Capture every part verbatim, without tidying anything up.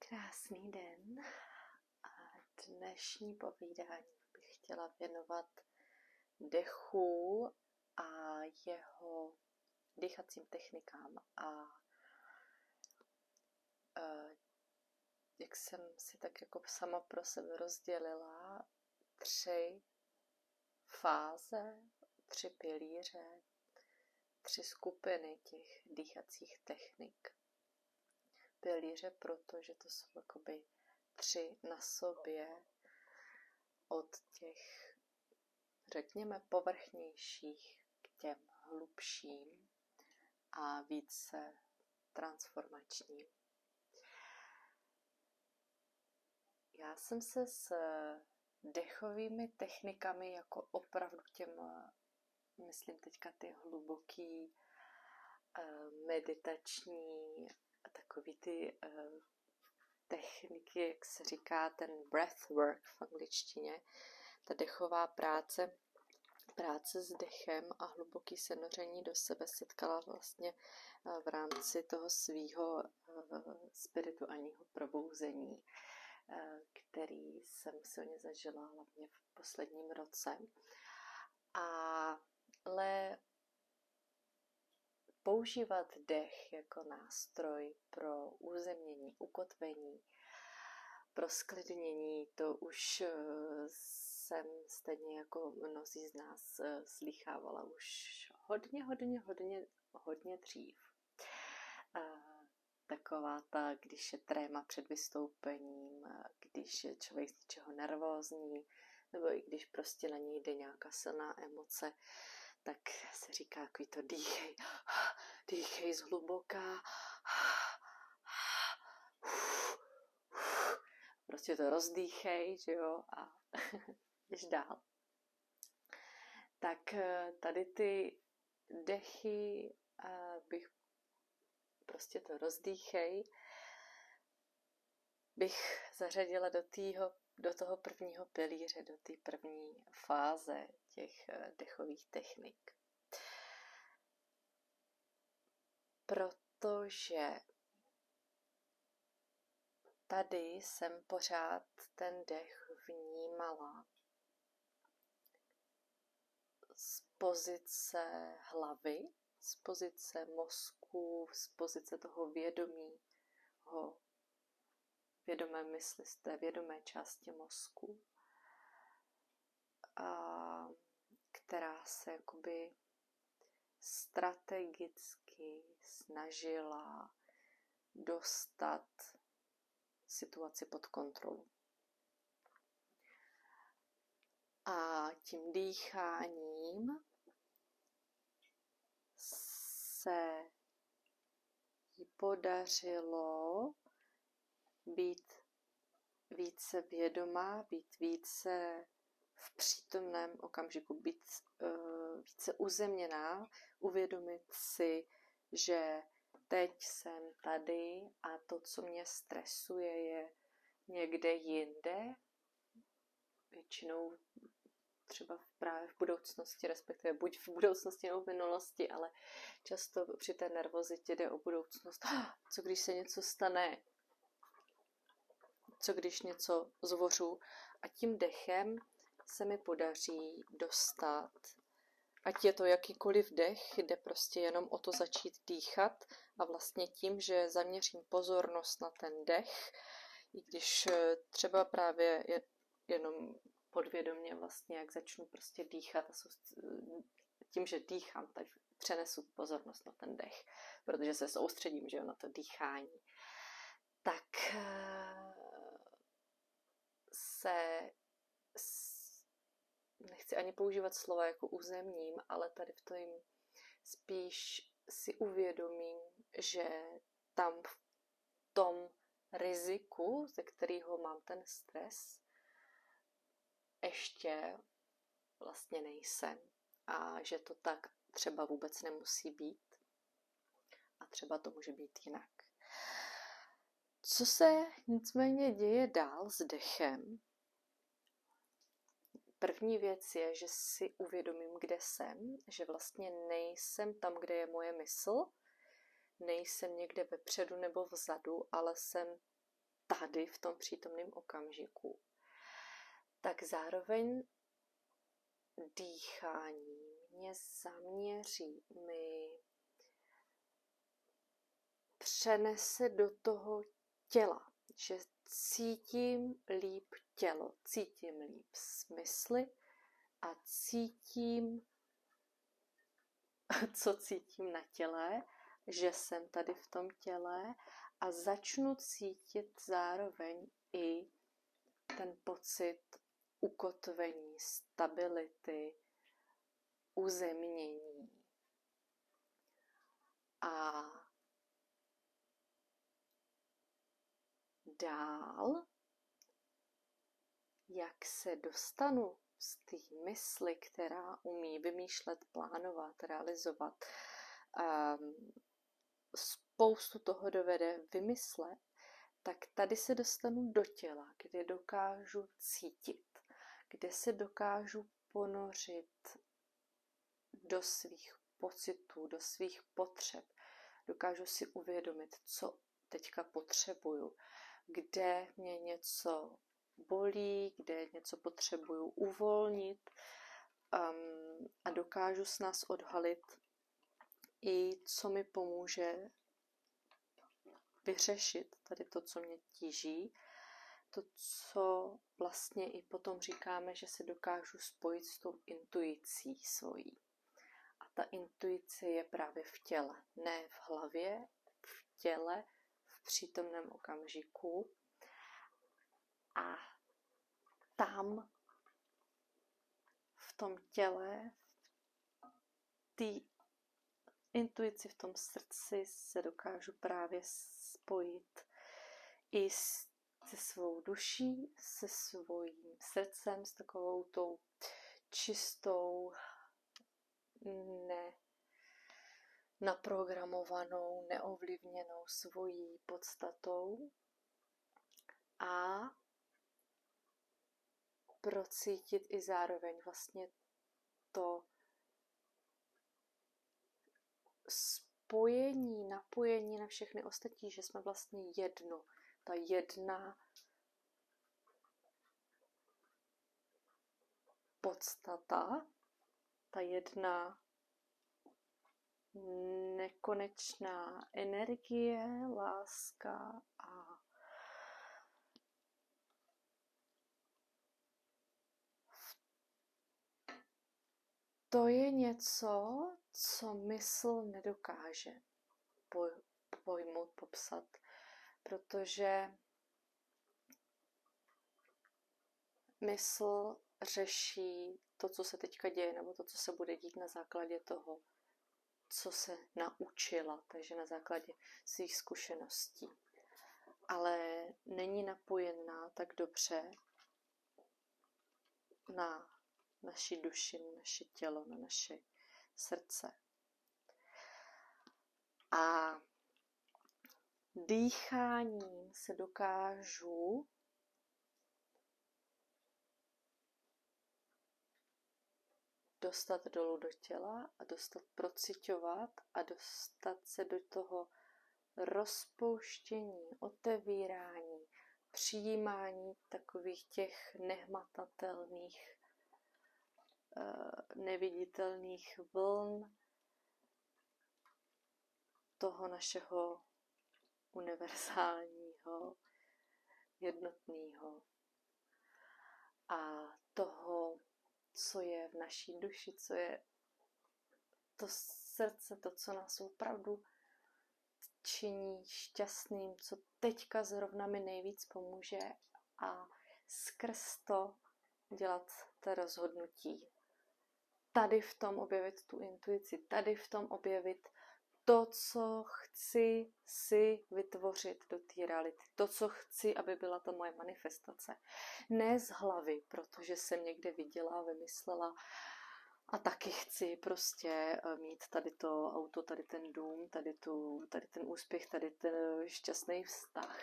Krásný den a dnešní povídání bych chtěla věnovat dechu a jeho dýchacím technikám a e, jak jsem si tak jako sama pro sebe rozdělila tři fáze, tři pilíře, tři skupiny těch dýchacích technik. Pilíře, protože to jsou jakoby tři na sobě od těch, řekněme, povrchnějších k těm hlubším a více transformačním. Já jsem se s dechovými technikami jako opravdu těm, myslím teďka ty hluboký meditační takový ty uh, techniky, jak se říká, ten breathwork v angličtině, ta dechová práce, práce s dechem a hluboký senoření do sebe setkala vlastně uh, v rámci toho svýho uh, spirituálního probouzení, uh, který jsem silně zažila hlavně v posledním roce. A, ale používat dech jako nástroj pro uzemnění, ukotvení, pro sklidnění, to už jsem stejně jako mnozí z nás slýchávala už hodně, hodně, hodně, hodně dřív. Taková ta, když je tréma před vystoupením, když je člověk z něčeho nervózní, nebo i když prostě na něj jde nějaká silná emoce, tak se říká takový to dýchej, dýchej zhluboka, prostě to rozdýchej, že jo, a jdeš dál. Tak tady ty dechy bych prostě to rozdýchej, bych zařadila do, týho, do toho prvního pilíře, do té první fáze těch dechových technik. Protože tady jsem pořád ten dech vnímala z pozice hlavy, z pozice mozku, z pozice toho vědomí, toho vědomé mysli, z té vědomé části mozku, a která se jakoby strategicky snažila dostat situaci pod kontrolu. A tím dýcháním se jí podařilo být více vědomá, být více v přítomném okamžiku, být uh, více uzemněná, uvědomit si, že teď jsem tady a to, co mě stresuje, je někde jinde, většinou třeba právě v budoucnosti, respektive buď v budoucnosti nebo v minulosti, ale často při té nervozitě jde o budoucnost. Co když se něco stane? Co když něco zvořu? A tím dechem se mi podaří dostat, ať je to jakýkoliv dech, jde prostě jenom o to začít dýchat a vlastně tím, že zaměřím pozornost na ten dech, i když třeba právě je jenom podvědomě vlastně, jak začnu prostě dýchat a tím, že dýchám, tak přenesu pozornost na ten dech, protože se soustředím, že jo, na to dýchání. Tak se, nechci ani používat slova jako uzemním, ale tady v tom spíš si uvědomím, že tam v tom riziku, ze kterého mám ten stres, ještě vlastně nejsem. A že to tak třeba vůbec nemusí být. A třeba to může být jinak. Co se nicméně děje dál s dechem? První věc je, že si uvědomím, kde jsem, že vlastně nejsem tam, kde je moje mysl, nejsem někde vepředu nebo vzadu, ale jsem tady v tom přítomném okamžiku, tak zároveň dýchání mě zaměří, mi přenese do toho těla, že cítím líp tělo, cítím líp smysly a cítím, co cítím na těle, že jsem tady v tom těle a začnu cítit zároveň i ten pocit ukotvení, stability, uzemnění. A dál, jak se dostanu z té mysli, která umí vymýšlet, plánovat, realizovat, um, spoustu toho dovede vymyslet, tak tady se dostanu do těla, kde dokážu cítit, kde se dokážu ponořit do svých pocitů, do svých potřeb. Dokážu si uvědomit, co teďka potřebuju, kde mě něco bolí, kde něco potřebuju uvolnit, um, a dokážu s nás odhalit i co mi pomůže vyřešit tady to, co mě tíží, to, co vlastně i potom říkáme, že se dokážu spojit s tou intuicí svojí. A ta intuice je právě v těle, ne v hlavě, v těle, v přítomném okamžiku. A tam, v tom těle, v té intuici, v tom srdci se dokážu právě spojit i s, se svou duší, se svým srdcem, s takovou tou čistou, ne naprogramovanou, neovlivněnou svojí podstatou a procítit i zároveň vlastně to spojení, napojení na všechny ostatní, že jsme vlastně jedno. Ta jedna podstata, ta jedna nekonečná energie, láska a to je něco, co mysl nedokáže pojmout, popsat, protože mysl řeší to, co se teďka děje, nebo to, co se bude dít na základě toho, co se naučila, takže na základě svých zkušeností. Ale není napojená tak dobře na naši duši, na naše tělo, na naše srdce. A dýcháním se dokážu dostat dolů do těla a dostat, prociťovat a dostat se do toho rozpouštění, otevírání, přijímání takových těch nehmatatelných, neviditelných vln toho našeho univerzálního, jednotného a toho, co je v naší duši, co je to srdce, to, co nás opravdu činí šťastným, co teďka zrovna mi nejvíc pomůže a skrz to dělat to rozhodnutí. Tady v tom objevit tu intuici, tady v tom objevit to, co chci si vytvořit do té reality, to, co chci, aby byla ta moje manifestace. Ne z hlavy, protože jsem někde viděla, vymyslela a taky chci prostě mít tady to auto, tady ten dům, tady, tu, tady ten úspěch, tady ten šťastný vztah.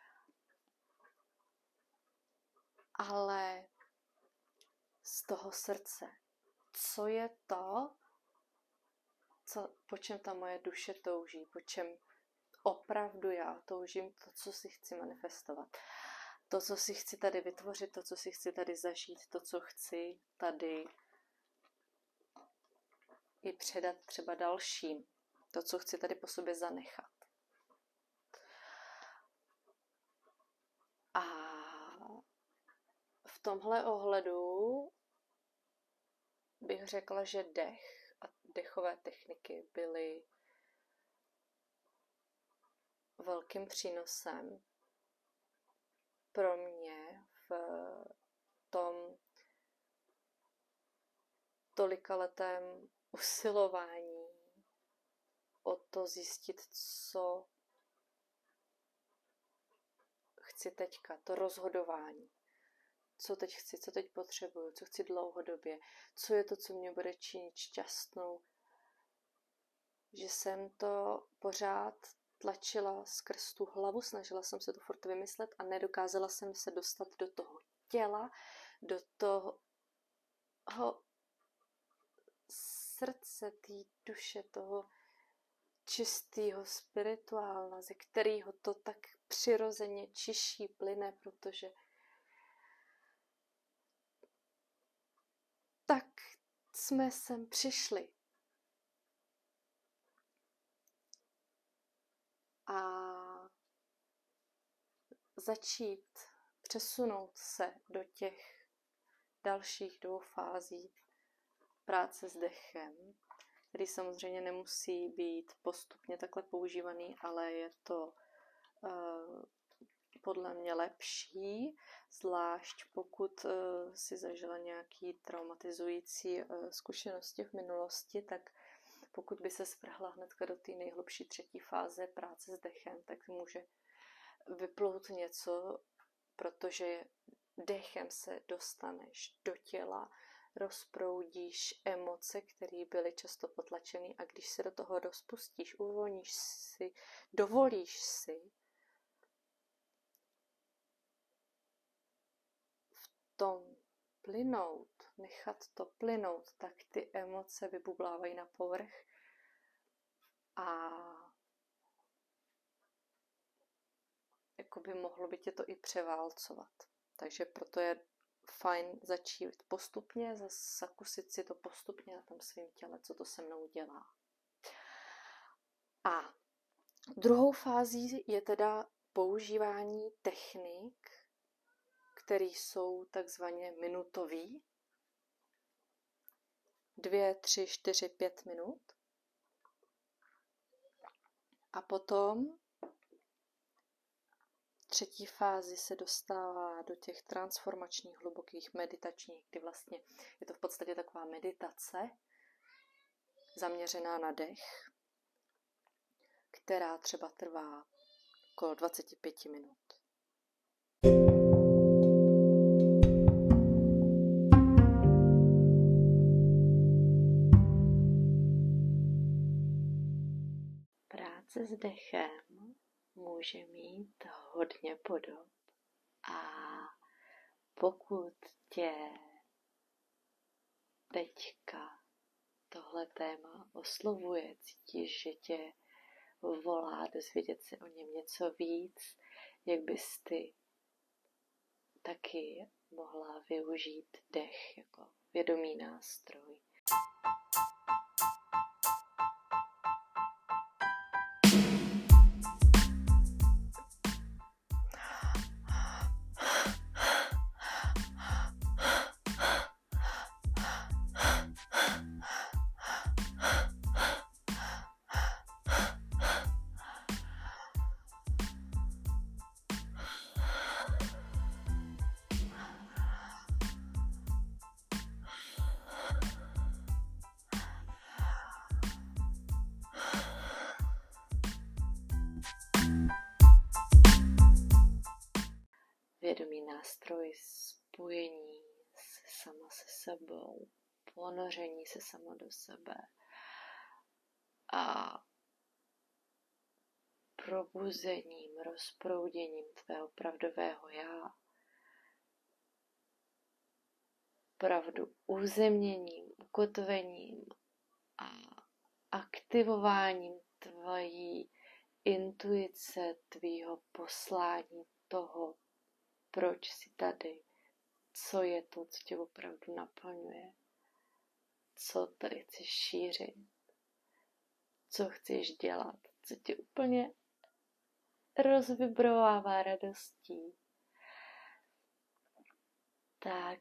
Ale z toho srdce, co je to, co, po čem ta moje duše touží, po čem opravdu já toužím to, co si chci manifestovat. To, co si chci tady vytvořit, to, co si chci tady zažít, to, co chci tady i předat třeba dalším. To, co chci tady po sobě zanechat. A v tomhle ohledu bych řekla, že dech a dechové techniky byly velkým přínosem pro mě v tom tolikaletém usilování o to zjistit, co chci teďka, to rozhodování. Co teď chci, co teď potřebuju, co chci dlouhodobě, co je to, co mě bude činit šťastnou. Že jsem to pořád tlačila skrz tu hlavu, snažila jsem se to furt vymyslet a nedokázala jsem se dostat do toho těla, do toho srdce, té duše, toho čistého spirituálna, ze kterého to tak přirozeně čiší, plyne, protože tak jsme sem přišli. A začít přesunout se do těch dalších dvou fází práce s dechem, který samozřejmě nemusí být postupně takhle používaný, ale je to uh, podle mě lepší, zvlášť pokud uh, si zažila nějaký traumatizující uh, zkušenosti v minulosti, tak pokud by se sprhla hnedka do té nejhlubší třetí fáze práce s dechem, tak může vyplout něco, protože dechem se dostaneš do těla, rozproudíš emoce, které byly často potlačeny a když se do toho rozpustíš, uvolníš si, dovolíš si v tom plynout, nechat to plynout, tak ty emoce vybublávají na povrch a jakoby mohlo by tě to i převálcovat. Takže proto je fajn začít postupně, zakusit si to postupně na tom svém těle, co to se mnou dělá. A druhou fází je teda používání technik, které jsou takzvaně minutový. Dvě, tři, čtyři, pět minut. A potom třetí fázi se dostává do těch transformačních, hlubokých, meditačních, kdy vlastně je to v podstatě taková meditace zaměřená na dech, která třeba trvá okolo dvacet pět minut. Práce s dechem může mít hodně podob a pokud tě teďka tohle téma oslovuje, cítíš, že tě volá dozvědět se o něm něco víc, jak bys ty taky mohla využít dech jako vědomý nástroj. Vědomý nástroj spojení se sama se sebou, ponoření se sama do sebe a probuzením, rozprouděním tvého pravdového já, pravdu uzemněním, ukotvením a aktivováním tvojí intuice tvýho poslání toho, proč jsi tady, co je to, co tě opravdu naplňuje, co tady chceš šířit, co chceš dělat, co tě úplně rozvibrovává radostí. Tak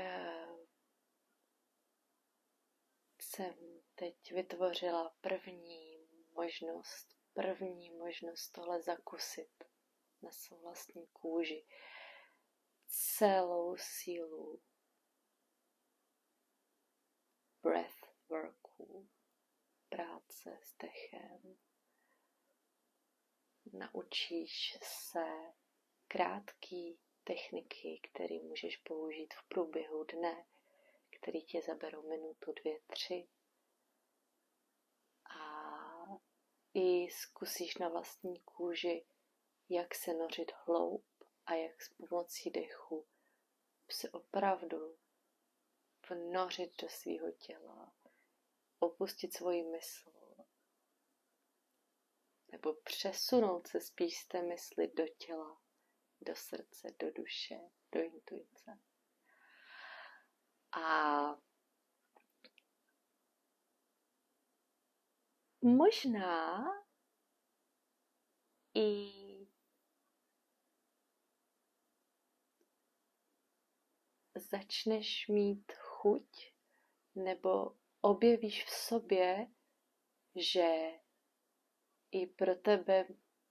jsem teď vytvořila první možnost, první možnost tohle zakusit na svou vlastní kůži. Celou sílu breathworku, práce s dechem. Naučíš se krátké techniky, které můžeš použít v průběhu dne, které tě zaberou minutu, dvě, tři. A i zkusíš na vlastní kůži, jak se nořit hloub a jak s pomocí dechu se opravdu vnořit do svého těla, opustit svoji mysl, nebo přesunout se spíš z té mysli do těla, do srdce, do duše, do intuice. A možná i začneš mít chuť nebo objevíš v sobě, že i pro tebe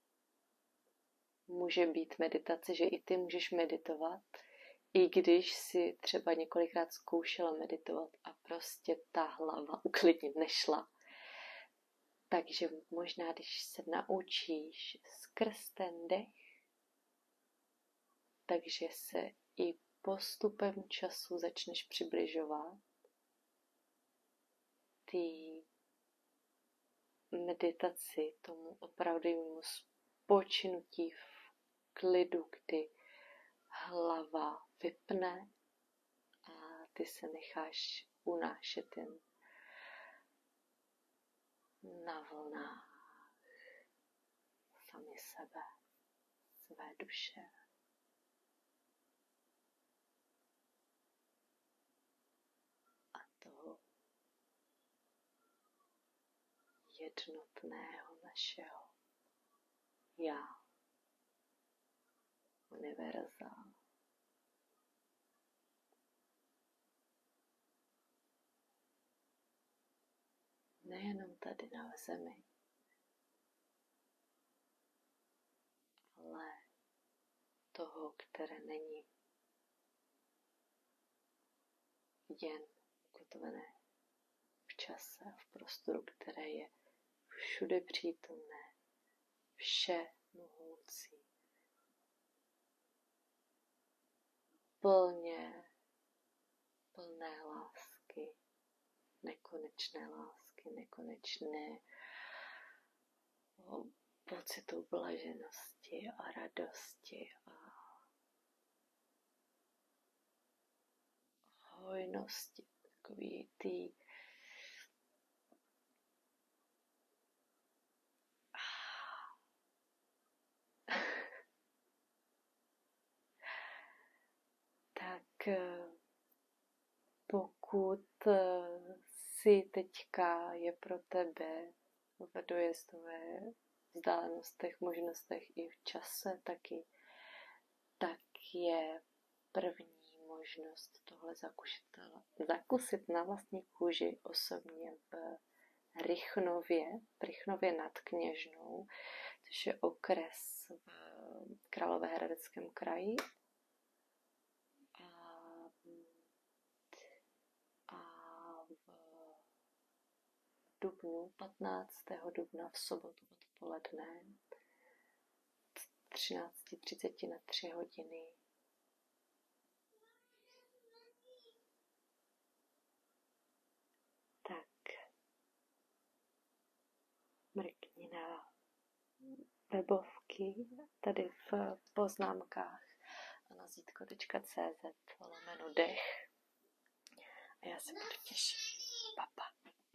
může být meditace, že i ty můžeš meditovat, i když si třeba několikrát zkoušela meditovat a prostě ta hlava uklidnit nešla. Takže možná, když se naučíš skrz ten dech, takže se i postupem času začneš přibližovat ty meditaci, tomu opravdovému spočinutí v klidu, kdy hlava vypne a ty se necháš unášet jen na vlnách sami sebe, své duše. A toho jednotného našeho já, univerza. Nejenom tady na zemi, ale toho, které není jen ukotvené v čase a v prostoru, které je všude přítomné, vše mohoucí, plně plné lásky, nekonečné lásky, nekonečné pocitu blaženosti a radosti a hojnosti, takový ty tak pokud si teďka je pro tebe v dojezdové vzdálenostech, možnostech i v čase taky, tak je první možnost tohle zakusit, zakusit na vlastní kůži osobně v Rychnově, v Rychnově nad Kněžnou, což je okres v Královéhradeckém kraji. Dubnu, patnáctého dubna v sobotu odpoledne, třináct třicet na tři hodiny. Tak, mrkni na webovky tady v poznámkách a na zítko tečka cé zet lomeno dech. A já se budu těšit. Papa.